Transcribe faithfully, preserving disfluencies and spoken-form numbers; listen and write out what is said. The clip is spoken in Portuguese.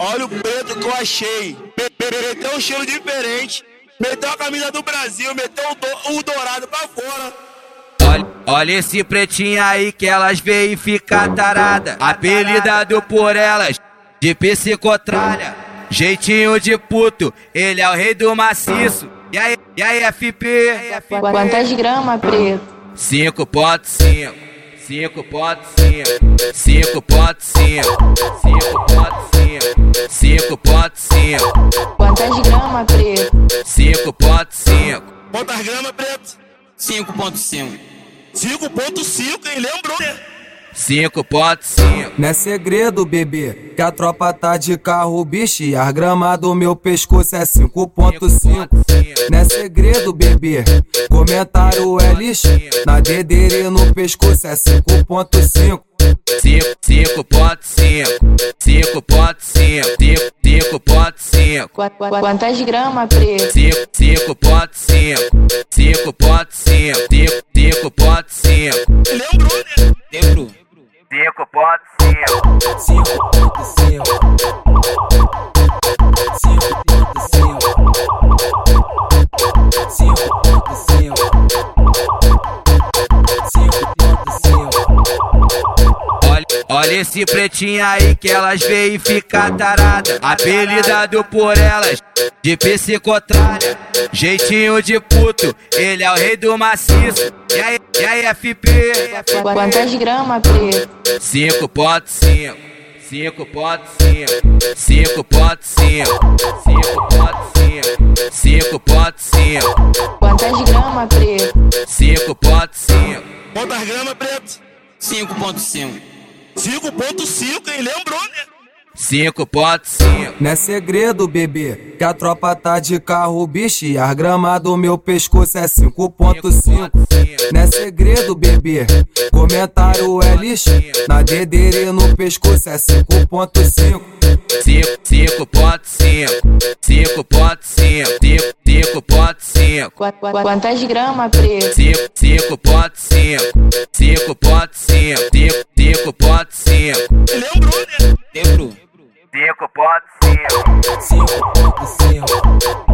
Olha o preto que eu achei. Meteu um estilo diferente. Meteu a camisa do Brasil, meteu o, do, o dourado pra fora. Olha, olha esse pretinho aí que elas veem e fica tarada. Apelidado por elas de psicotralha. Jeitinho de puto, ele é o rei do maciço. E aí, e aí F P? Quantas gramas, preto? cinco ponto cinco, cinco ponto cinco, cinco ponto cinco, cinco ponto cinco, cinco ponto cinco. Quantas gramas, preto? cinco ponto cinco. Quantas gramas, preto? cinco ponto cinco. cinco ponto cinco, hein? Lembrou, né? cinco ponto cinco. Não é segredo, bebê, que a tropa tá de carro, bicho, e as gramas do meu pescoço é cinco ponto cinco. Não é segredo, bebê, comentário é lixo, na dedeira e no pescoço é cinco ponto cinco. cinco ponto cinco, cinco ponto cinco, cinco ponto cinco. Quantas gramas, preto? cinco ponto cinco, cinco ponto cinco, cinco ponto cinco. Lembrou, né? Lembrou. cinco ponto cinco, cinco ponto cinco, cinco ponto cinco, cinco ponto cinco, cinco ponto cinco. Olha, olha esse pretinho aí que elas veem e fica tarada. Apelidado por elas de psicotralha. Jeitinho de puto, ele é o rei do maciço. E aí, e aí F P? Quantas gramas, preto? cinco ponto cinco, cinco ponto cinco, cinco ponto cinco, cinco ponto cinco, cinco ponto cinco. Quantas gramas, preto? cinco ponto cinco. Quantas gramas, preto? cinco ponto cinco. cinco ponto cinco, hein? Lembrou, né? cinco ponto cinco. Não é segredo, bebê, que a tropa tá de carro, bicho, e as gramas do meu pescoço é cinco ponto cinco. Não é segredo, bebê, comentário é lixo, na dedeira e no pescoço é cinco ponto cinco. cinco ponto cinco, cinco ponto cinco, cinco ponto cinco. Quantas gramas, preto? cinco ponto cinco, cinco ponto cinco, cinco ponto cinco. Lembrou, né? Lembrou. cinco ponto cinco. cinco ponto cinco.